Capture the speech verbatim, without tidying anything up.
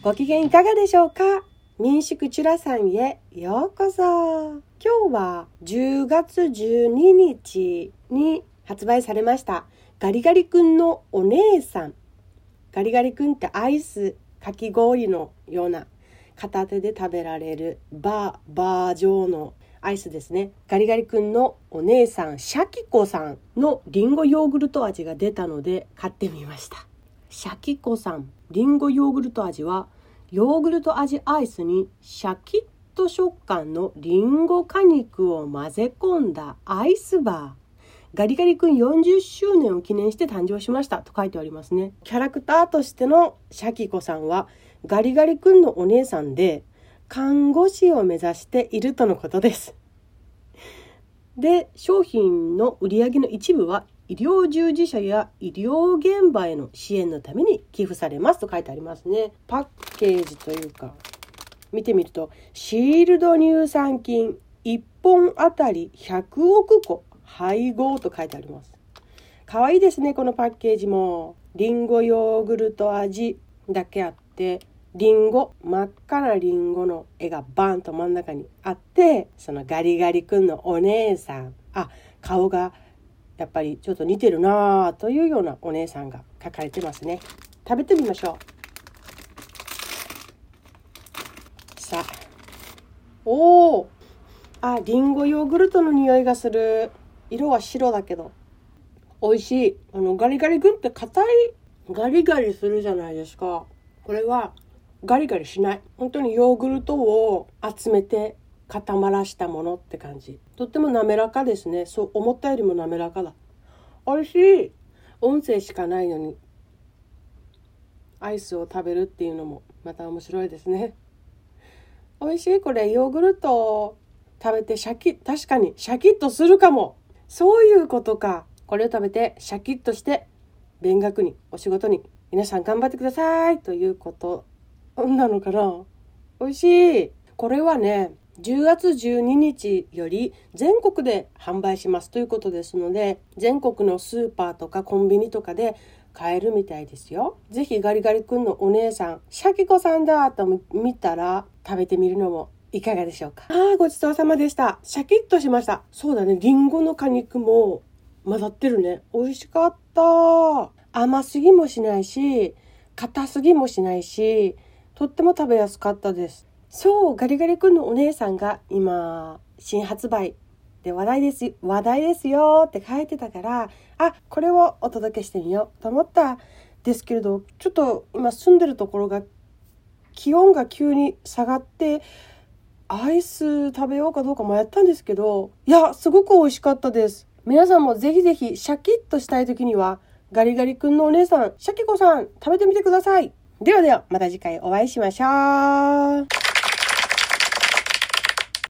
ご機嫌いかがでしょうか。民宿チュラさんへようこそ。今日はじゅうがつじゅうににちに発売されましたガリガリ君のお姉さん。ガリガリ君ってアイスかき氷のような片手で食べられるバーバー状のアイスですね。ガリガリ君のお姉さんシャキコさんのリンゴヨーグルト味が出たので買ってみました。シャキコさんリンゴヨーグルト味はヨーグルト味アイスにシャキッと食感のリンゴ果肉を混ぜ込んだアイスバー。ガリガリ君よんじゅっしゅうねんを記念して誕生しましたと書いてありますね。キャラクターとしてのシャキコさんはガリガリ君のお姉さんで看護師を目指しているとのことです。で、商品の売り上げの一部は医療従事者や医療現場への支援のために寄付されますと書いてありますね。パッケージというか見てみると、シールド乳酸菌いっぽんあたりひゃくおくこ配合と書いてあります。かわいいですね。このパッケージもリンゴヨーグルト味だけあって、リンゴ真っ赤なリンゴの絵がバーンと真ん中にあって、そのガリガリ君のお姉さん、あ、顔がやっぱりちょっと似てるなというようなお姉さんが描かれてますね。食べてみましょう。さあ、おー、あ、リンゴヨーグルトの匂いがする。色は白だけど美味しい。あのガリガリ君って硬い、ガリガリするじゃないですか。これはガリガリしない。本当にヨーグルトを集めて固まらしたものって感じ。とっても滑らかですね。そう思ったよりも滑らかだ。美味しい。音声しかないのにアイスを食べるっていうのもまた面白いですね。美味しい。これヨーグルトを食べてシャキッ、確かにシャキッとするかも。そういうことか。これを食べてシャキッとして勉学にお仕事に皆さん頑張ってくださいということなのかな。美味しい。これはね、じゅうがつじゅうににちより全国で販売しますということですので、全国のスーパーとかコンビニとかで買えるみたいですよ。ぜひガリガリ君のお姉さんシャキコさんだと見たら食べてみるのもいかがでしょうか。あー、ごちそうさまでした。シャキッとしました。そうだね、リンゴの果肉も混ざってるね。美味しかった。甘すぎもしないし硬すぎもしないし、とっても食べやすかったです。そう、ガリガリ君のお姉さんが今新発売で話題です話題ですよって書いてたから、あ、これをお届けしてみようと思ったんですけれど、ちょっと今住んでるところが気温が急に下がってアイス食べようかどうか迷ったんですけど、いや、すごく美味しかったです。皆さんもぜひぜひシャキッとしたい時にはガリガリ君のお姉さんシャキコさん食べてみてください。ではではまた次回お会いしましょう。